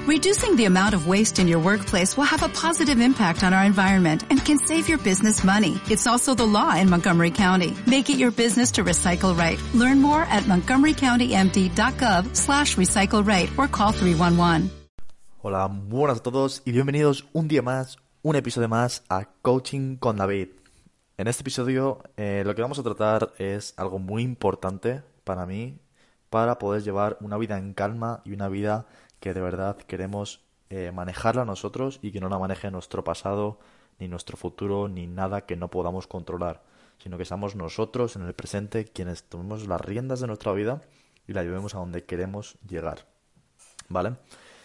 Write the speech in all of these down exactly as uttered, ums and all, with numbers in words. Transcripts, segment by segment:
Reducing the amount of waste in your workplace will have a positive impact on our environment and can save your business money. It's also the law in Montgomery County. Make it your business to recycle right. Learn more at montgomery county m d dot gov slash recycle right or call three one one. Hola, buenas a todos y bienvenidos un día más, un episodio más a Coaching con David. En este episodio eh, lo que vamos a tratar es algo muy importante para mí para poder llevar una vida en calma y una vida que de verdad queremos eh, manejarla nosotros y que no la maneje nuestro pasado, ni nuestro futuro, ni nada que no podamos controlar, sino que seamos nosotros en el presente quienes tomemos las riendas de nuestra vida y la llevemos a donde queremos llegar, ¿vale?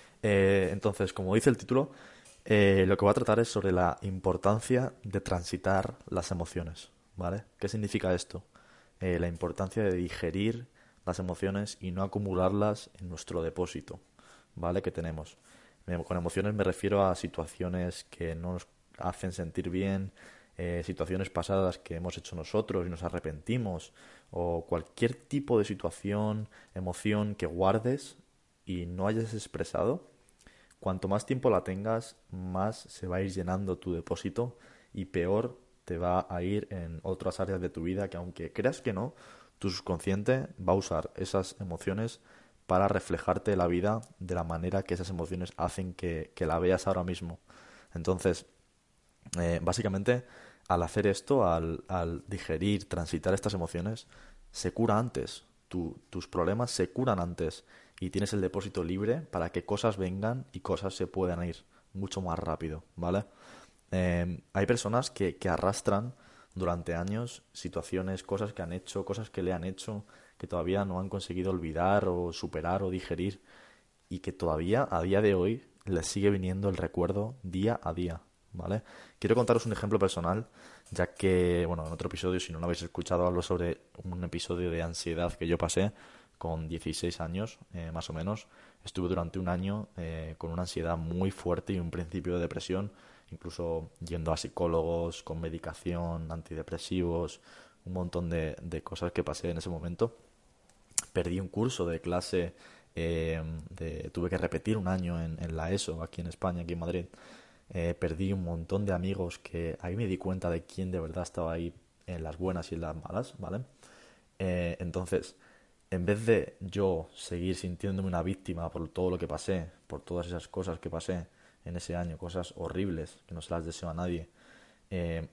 Eh, entonces, como dice el título, eh, lo que voy a tratar es sobre la importancia de transitar las emociones, ¿vale? ¿Qué significa esto? Eh, la importancia de digerir las emociones y no acumularlas en nuestro depósito, ¿vale? Que tenemos. Con emociones me refiero a situaciones que nos hacen sentir bien, eh, situaciones pasadas que hemos hecho nosotros y nos arrepentimos, o cualquier tipo de situación, emoción que guardes y no hayas expresado. Cuanto más tiempo la tengas, más se va a ir llenando tu depósito y peor te va a ir en otras áreas de tu vida que, aunque creas que no, tu subconsciente va a usar esas emociones para reflejarte la vida de la manera que esas emociones hacen que, que la veas ahora mismo. Entonces, eh, básicamente, al hacer esto, al, al digerir, transitar estas emociones, se cura antes. Tu, tus problemas se curan antes y tienes el depósito libre para que cosas vengan y cosas se puedan ir mucho más rápido, ¿vale? Eh, hay personas que, que arrastran durante años situaciones, cosas que han hecho, cosas que le han hecho, que todavía no han conseguido olvidar o superar o digerir y que todavía a día de hoy les sigue viniendo el recuerdo día a día, ¿vale? Quiero contaros un ejemplo personal, ya que, bueno, en otro episodio, si no lo habéis escuchado, hablo sobre un episodio de ansiedad que yo pasé con dieciséis años, eh, más o menos. Estuve durante un año eh, con una ansiedad muy fuerte y un principio de depresión, incluso yendo a psicólogos, con medicación, antidepresivos, un montón de, de cosas que pasé en ese momento. Perdí un curso de clase, eh, de, tuve que repetir un año en, en la ESO, aquí en España, aquí en Madrid. Eh, perdí un montón de amigos que ahí me di cuenta de quién de verdad estaba ahí en las buenas y en las malas, ¿vale? Eh, entonces, en vez de yo seguir sintiéndome una víctima por todo lo que pasé, por todas esas cosas que pasé en ese año, cosas horribles que no se las deseo a nadie, eh,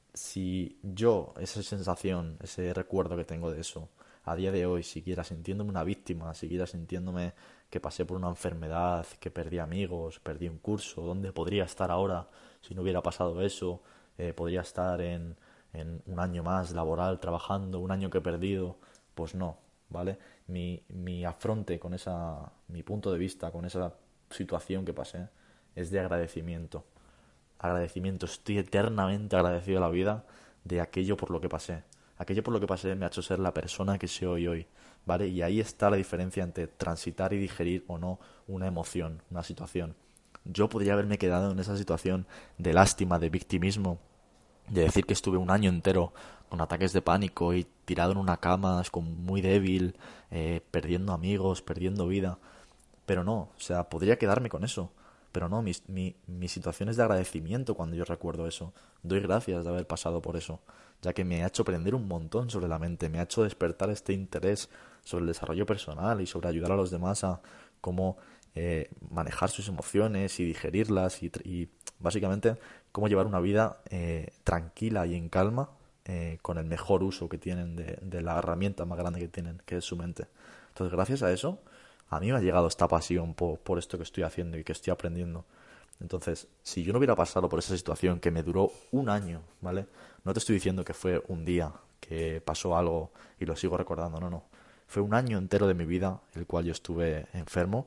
si yo, esa sensación, ese recuerdo que tengo de eso, a día de hoy siguiera sintiéndome una víctima, siguiera sintiéndome que pasé por una enfermedad, que perdí amigos, perdí un curso, ¿dónde podría estar ahora si no hubiera pasado eso? Eh, podría estar en, en un año más laboral, trabajando, un año que he perdido. Pues no, ¿vale? Mi, mi afronte con esa, mi punto de vista con esa situación que pasé es de agradecimiento. Agradecimiento, estoy eternamente agradecido a la vida de aquello por lo que pasé. Aquello por lo que pasé me ha hecho ser la persona que soy hoy, ¿vale? Y ahí está la diferencia entre transitar y digerir o no una emoción, una situación. Yo podría haberme quedado en esa situación de lástima, de victimismo, de decir que estuve un año entero con ataques de pánico y tirado en una cama, como muy débil, eh, perdiendo amigos, perdiendo vida. Pero no, o sea, podría quedarme con eso. Pero no, mi, mi, mi situación es de agradecimiento cuando yo recuerdo eso. Doy gracias de haber pasado por eso, ya que me ha hecho aprender un montón sobre la mente, me ha hecho despertar este interés sobre el desarrollo personal y sobre ayudar a los demás a cómo eh, manejar sus emociones y digerirlas y, y básicamente cómo llevar una vida eh, tranquila y en calma eh, con el mejor uso que tienen de, de la herramienta más grande que tienen, que es su mente. Entonces, gracias a eso, a mí me ha llegado esta pasión por, por esto que estoy haciendo y que estoy aprendiendo. Entonces, si yo no hubiera pasado por esa situación que me duró un año, ¿vale? No te estoy diciendo que fue un día que pasó algo y lo sigo recordando, no, no. Fue un año entero de mi vida el cual yo estuve enfermo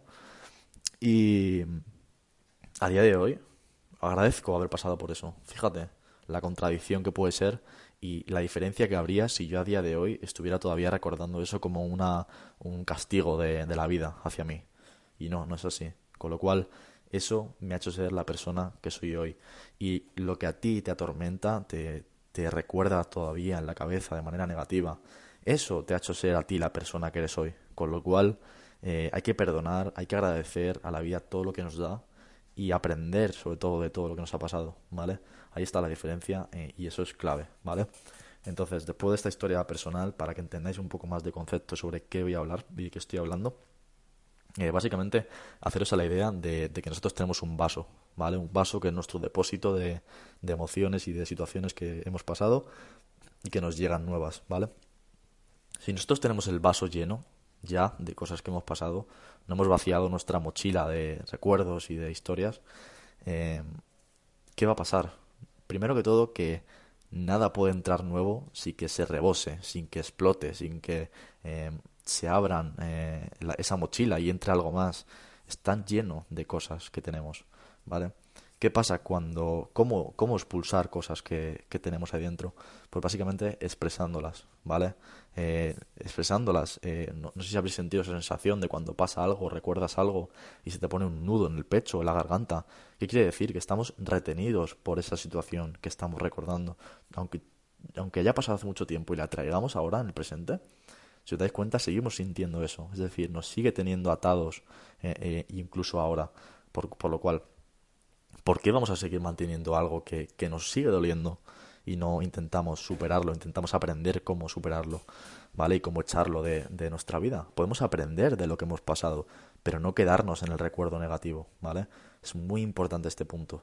y a día de hoy agradezco haber pasado por eso. Fíjate la contradicción que puede ser y la diferencia que habría si yo a día de hoy estuviera todavía recordando eso como una, un castigo de, de la vida hacia mí. Y no, no es así. Con lo cual, eso me ha hecho ser la persona que soy hoy. Y lo que a ti te atormenta, te, te recuerda todavía en la cabeza de manera negativa, eso te ha hecho ser a ti la persona que eres hoy. Con lo cual, Eh, hay que perdonar, hay que agradecer a la vida todo lo que nos da y aprender sobre todo de todo lo que nos ha pasado, ¿vale? Ahí está la diferencia eh, y eso es clave, ¿vale? Entonces, después de esta historia personal, para que entendáis un poco más de concepto sobre qué voy a hablar y de qué estoy hablando, eh, básicamente haceros a la idea de, de que nosotros tenemos un vaso, ¿vale? Un vaso que es nuestro depósito de, de emociones y de situaciones que hemos pasado y que nos llegan nuevas, ¿vale? Si nosotros tenemos el vaso lleno ya de cosas que hemos pasado, no hemos vaciado nuestra mochila de recuerdos y de historias, eh, ¿qué va a pasar? Primero que todo, que nada puede entrar nuevo sin que se rebose, sin que explote, sin que eh, se abran eh, la- esa mochila y entre algo más. Están lleno de cosas que tenemos, ¿vale? ¿Qué pasa cuando... ¿Cómo, cómo expulsar cosas que, que tenemos ahí dentro? Pues básicamente expresándolas, ¿vale? Eh, expresándolas. Eh, no, no sé si habéis sentido esa sensación de cuando pasa algo, recuerdas algo y se te pone un nudo en el pecho o en la garganta. ¿Qué quiere decir? Que estamos retenidos por esa situación que estamos recordando. Aunque, aunque haya pasado hace mucho tiempo y la traigamos ahora en el presente, si os dais cuenta, seguimos sintiendo eso. Es decir, nos sigue teniendo atados, eh, eh, incluso ahora. Por, por lo cual, ¿por qué vamos a seguir manteniendo algo que, que nos sigue doliendo y no intentamos superarlo, intentamos aprender cómo superarlo, ¿vale? Y cómo echarlo de, de nuestra vida. Podemos aprender de lo que hemos pasado, pero no quedarnos en el recuerdo negativo, ¿vale? Es muy importante este punto.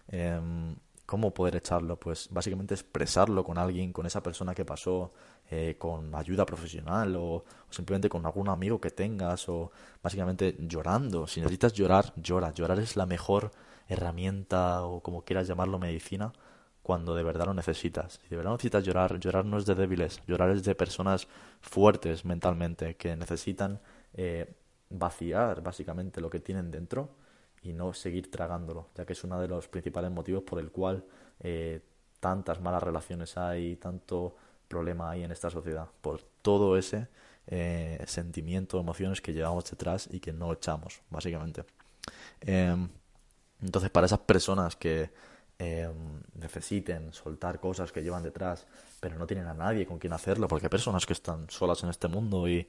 Em, ¿Cómo poder echarlo? Pues básicamente expresarlo con alguien, con esa persona que pasó, eh, con ayuda profesional o, o simplemente con algún amigo que tengas o básicamente llorando. Si necesitas llorar, llora. Llorar es la mejor herramienta o como quieras llamarlo, medicina, cuando de verdad lo necesitas. Si de verdad necesitas llorar, llorar no es de débiles, llorar es de personas fuertes mentalmente que necesitan eh, vaciar básicamente lo que tienen dentro y no seguir tragándolo, ya que es uno de los principales motivos por el cual eh, tantas malas relaciones hay, tanto problema hay en esta sociedad, por todo ese eh, sentimiento, emociones que llevamos detrás y que no echamos, básicamente. Em, entonces, para esas personas que eh, necesiten soltar cosas que llevan detrás, pero no tienen a nadie con quien hacerlo, porque hay personas que están solas en este mundo y,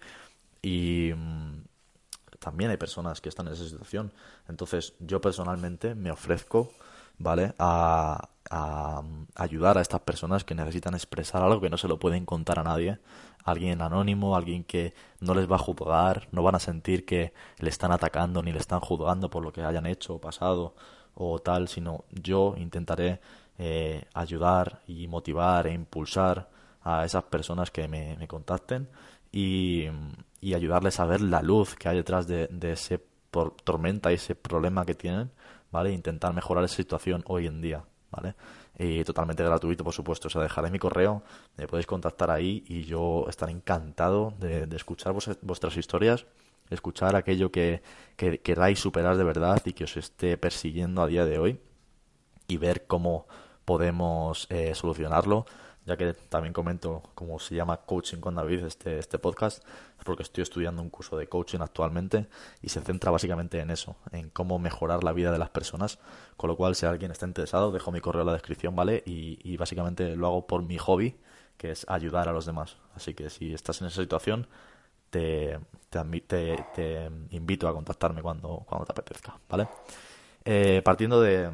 y mm, también hay personas que están en esa situación. Entonces, yo personalmente me ofrezco, ¿vale? A, a mm, ayudar a estas personas que necesitan expresar algo que no se lo pueden contar a nadie. Alguien anónimo, alguien que no les va a juzgar, no van a sentir que le están atacando ni le están juzgando por lo que hayan hecho o pasado o tal, sino yo intentaré eh, ayudar y motivar e impulsar a esas personas que me, me contacten y, y ayudarles a ver la luz que hay detrás de, de ese por- tormenta y ese problema que tienen, ¿vale? E intentar mejorar esa situación hoy en día, ¿vale? Y totalmente gratuito, por supuesto. O sea, dejaré mi correo, me podéis contactar ahí y yo estaré encantado de, de escuchar vos- vuestras historias, escuchar aquello que, que queráis superar de verdad y que os esté persiguiendo a día de hoy y ver cómo podemos eh, solucionarlo, ya que también comento cómo se llama Coaching con David este, este podcast, porque estoy estudiando un curso de coaching actualmente y se centra básicamente en eso, en cómo mejorar la vida de las personas, con lo cual si alguien está interesado dejo mi correo en la descripción, ¿vale? Y, y básicamente lo hago por mi hobby, que es ayudar a los demás, así que si estás en esa situación te, te, admi- te- te invito a contactarme cuando, cuando te apetezca, ¿vale? Eh, partiendo de,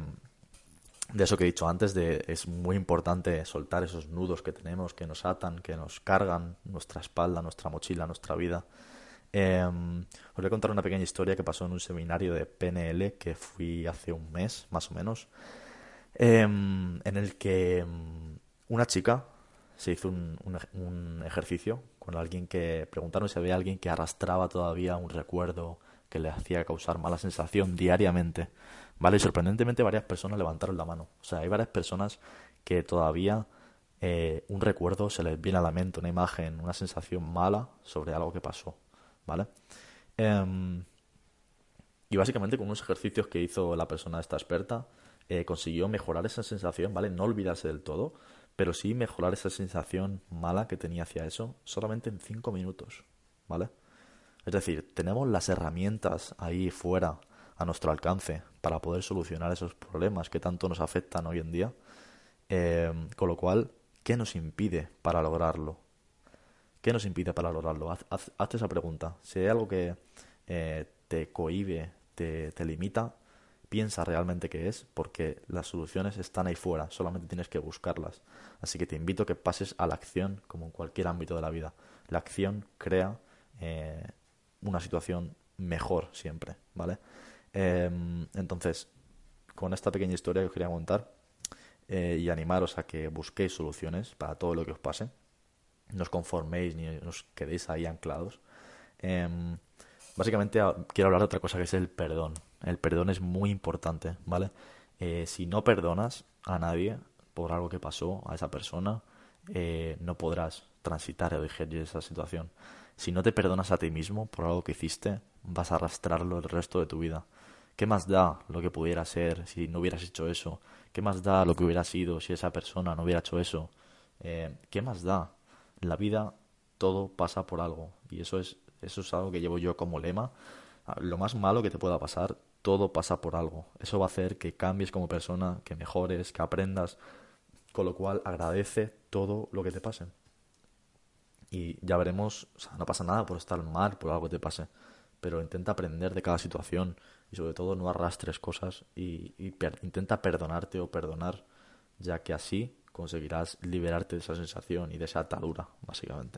de eso que he dicho antes, de es muy importante soltar esos nudos que tenemos, que nos atan, que nos cargan nuestra espalda, nuestra mochila, nuestra vida. Eh, os voy a contar una pequeña historia que pasó en un seminario de P N L que fui hace un mes, más o menos, eh, en el que mm, una chica se hizo un, un ej- un ejercicio con alguien que preguntaron si había alguien que arrastraba todavía un recuerdo que le hacía causar mala sensación diariamente, ¿vale? Y sorprendentemente varias personas levantaron la mano. O sea, hay varias personas que todavía eh, un recuerdo se les viene a la mente, una imagen, una sensación mala sobre algo que pasó, ¿vale? Em, y básicamente con unos ejercicios que hizo la persona esta experta, eh, consiguió mejorar esa sensación, ¿vale? No olvidarse del todo, pero sí mejorar esa sensación mala que tenía hacia eso solamente en cinco minutos, ¿vale? Es decir, tenemos las herramientas ahí fuera a nuestro alcance para poder solucionar esos problemas que tanto nos afectan hoy en día. Eh, con lo cual, ¿qué nos impide para lograrlo? ¿Qué nos impide para lograrlo? Haz, haz- hazte esa pregunta. Si hay algo que eh, te cohíbe, te, te limita, piensa realmente qué es, porque las soluciones están ahí fuera, solamente tienes que buscarlas. Así que te invito a que pases a la acción, como en cualquier ámbito de la vida. La acción crea eh, una situación mejor siempre, ¿vale? Eh, entonces, con esta pequeña historia que os quería contar, eh, y animaros a que busquéis soluciones para todo lo que os pase, no os conforméis ni os quedéis ahí anclados. Eh, básicamente a- quiero hablar de otra cosa, que es el perdón. El perdón es muy importante, ¿vale? Eh, si no perdonas a nadie por algo que pasó a esa persona, eh, no podrás transitar o digerir esa situación. Si no te perdonas a ti mismo por algo que hiciste, vas a arrastrarlo el resto de tu vida. ¿Qué más da lo que pudiera ser si no hubieras hecho eso? ¿Qué más da lo que hubiera sido si esa persona no hubiera hecho eso? Eh, ¿qué más da? En la vida todo pasa por algo, y eso es, eso es algo que llevo yo como lema. Ah, lo más malo que te pueda pasar, todo pasa por algo. Eso va a hacer que cambies como persona, que mejores, que aprendas, con lo cual agradece todo lo que te pase. Y ya veremos, o sea, no pasa nada por estar mal, por algo que te pase, pero intenta aprender de cada situación y sobre todo no arrastres cosas y, y per- intenta perdonarte o perdonar, ya que así conseguirás liberarte de esa sensación y de esa atadura, básicamente.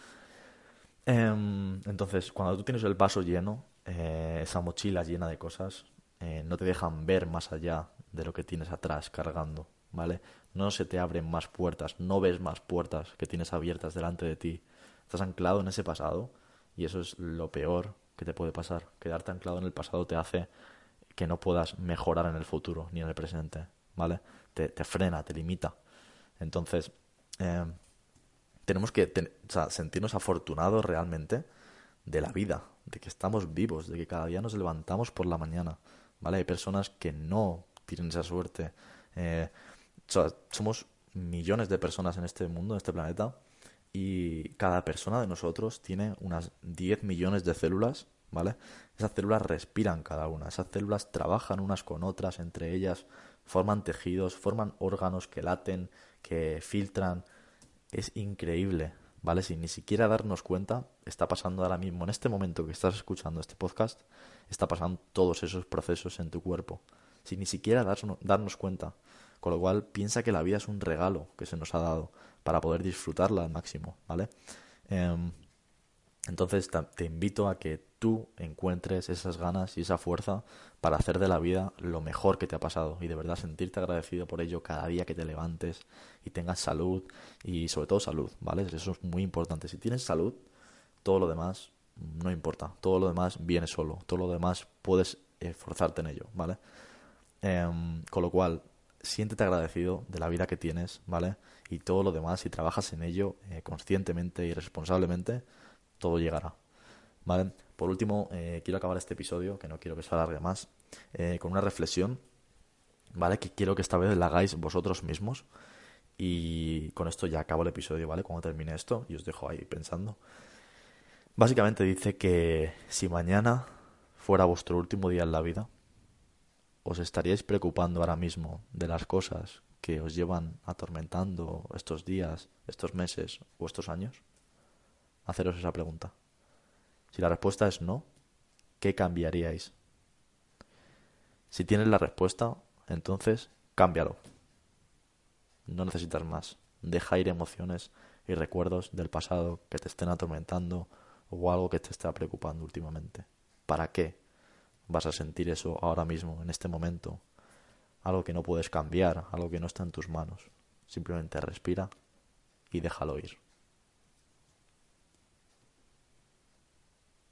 Em, entonces, cuando tú tienes el vaso lleno, eh, esa mochila llena de cosas, eh, no te dejan ver más allá de lo que tienes atrás cargando, ¿vale? No se te abren más puertas, no ves más puertas que tienes abiertas delante de ti. Estás anclado en ese pasado y eso es lo peor que te puede pasar. Quedarte anclado en el pasado te hace que no puedas mejorar en el futuro ni en el presente, ¿vale? Te, te frena, te limita. Entonces, em, tenemos que ten- o sea, sentirnos afortunados realmente de la vida, de que estamos vivos, de que cada día nos levantamos por la mañana, ¿vale? Hay personas que no tienen esa suerte. Eh, o sea, somos millones de personas en este mundo, en este planeta, y cada persona de nosotros tiene unas diez millones de células, ¿vale? Esas células respiran cada una, esas células trabajan unas con otras, entre ellas forman tejidos, forman órganos que laten, que filtran. Es increíble, ¿vale? Sin ni siquiera darnos cuenta, está pasando ahora mismo, en este momento que estás escuchando este podcast, está pasando todos esos procesos en tu cuerpo, sin ni siquiera darnos, darnos cuenta. Con lo cual, piensa que la vida es un regalo que se nos ha dado para poder disfrutarla al máximo, ¿vale? Em, entonces ta- te invito a que tú encuentres esas ganas y esa fuerza para hacer de la vida lo mejor que te ha pasado y de verdad sentirte agradecido por ello cada día que te levantes y tengas salud y sobre todo salud, ¿vale? Eso es muy importante. Si tienes salud, todo lo demás no importa, todo lo demás viene solo, todo lo demás puedes esforzarte en ello, ¿vale? Em, con lo cual, siéntete agradecido de la vida que tienes, ¿vale? Y todo lo demás, si trabajas en ello eh, conscientemente y responsablemente, todo llegará, ¿vale? Por último, eh, quiero acabar este episodio, que no quiero que se alargue más, eh, con una reflexión, ¿vale? Que quiero que esta vez la hagáis vosotros mismos. Y con esto ya acabo el episodio, ¿vale? Cuando termine esto, y os dejo ahí pensando. Básicamente dice que si mañana fuera vuestro último día en la vida, ¿os estaríais preocupando ahora mismo de las cosas que os llevan atormentando estos días, estos meses o estos años? Haceros esa pregunta. Si la respuesta es no, ¿qué cambiaríais? Si tienes la respuesta, entonces cámbialo. No necesitas más. Deja ir emociones y recuerdos del pasado que te estén atormentando o algo que te esté preocupando últimamente. ¿Para qué vas a sentir eso ahora mismo, en este momento? Algo que no puedes cambiar, algo que no está en tus manos. Simplemente respira y déjalo ir.